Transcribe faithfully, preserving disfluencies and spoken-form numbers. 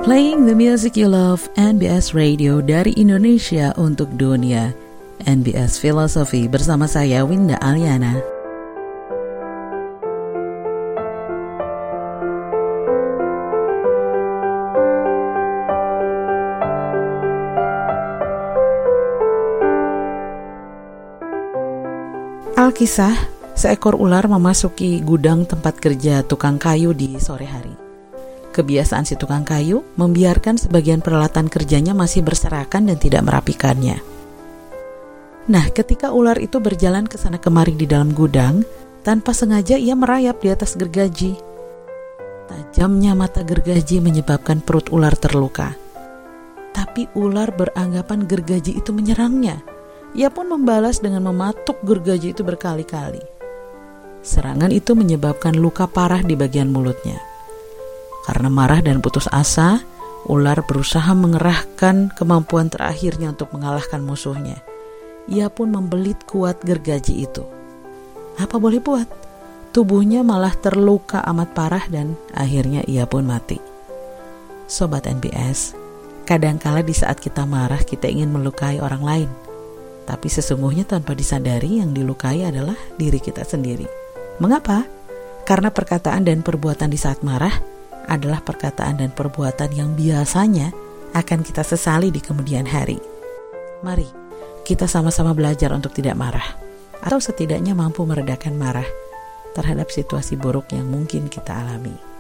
Playing the music you love, N B S Radio dari Indonesia untuk dunia. N B S Philosophy bersama saya Winda Aliana. Alkisah, seekor ular memasuki gudang tempat kerja tukang kayu di sore hari. Kebiasaan si tukang kayu membiarkan sebagian peralatan kerjanya masih berserakan dan tidak merapikannya. Nah, ketika ular itu berjalan ke sana kemari di dalam gudang, tanpa sengaja ia merayap di atas gergaji. Tajamnya mata gergaji menyebabkan perut ular terluka. Tapi ular beranggapan gergaji itu menyerangnya. Ia pun membalas dengan mematuk gergaji itu berkali-kali. Serangan itu menyebabkan luka parah di bagian mulutnya. Karena marah dan putus asa, ular berusaha mengerahkan kemampuan terakhirnya untuk mengalahkan musuhnya. Ia pun membelit kuat gergaji itu. Apa boleh buat? Tubuhnya malah terluka amat parah dan akhirnya ia pun mati. Sobat N B S, kadangkala di saat kita marah kita ingin melukai orang lain. Tapi sesungguhnya tanpa disadari yang dilukai adalah diri kita sendiri. Mengapa? Karena perkataan dan perbuatan di saat marah adalah perkataan dan perbuatan yang biasanya akan kita sesali di kemudian hari. Mari kita sama-sama belajar untuk tidak marah, atau setidaknya mampu meredakan marah terhadap situasi buruk yang mungkin kita alami.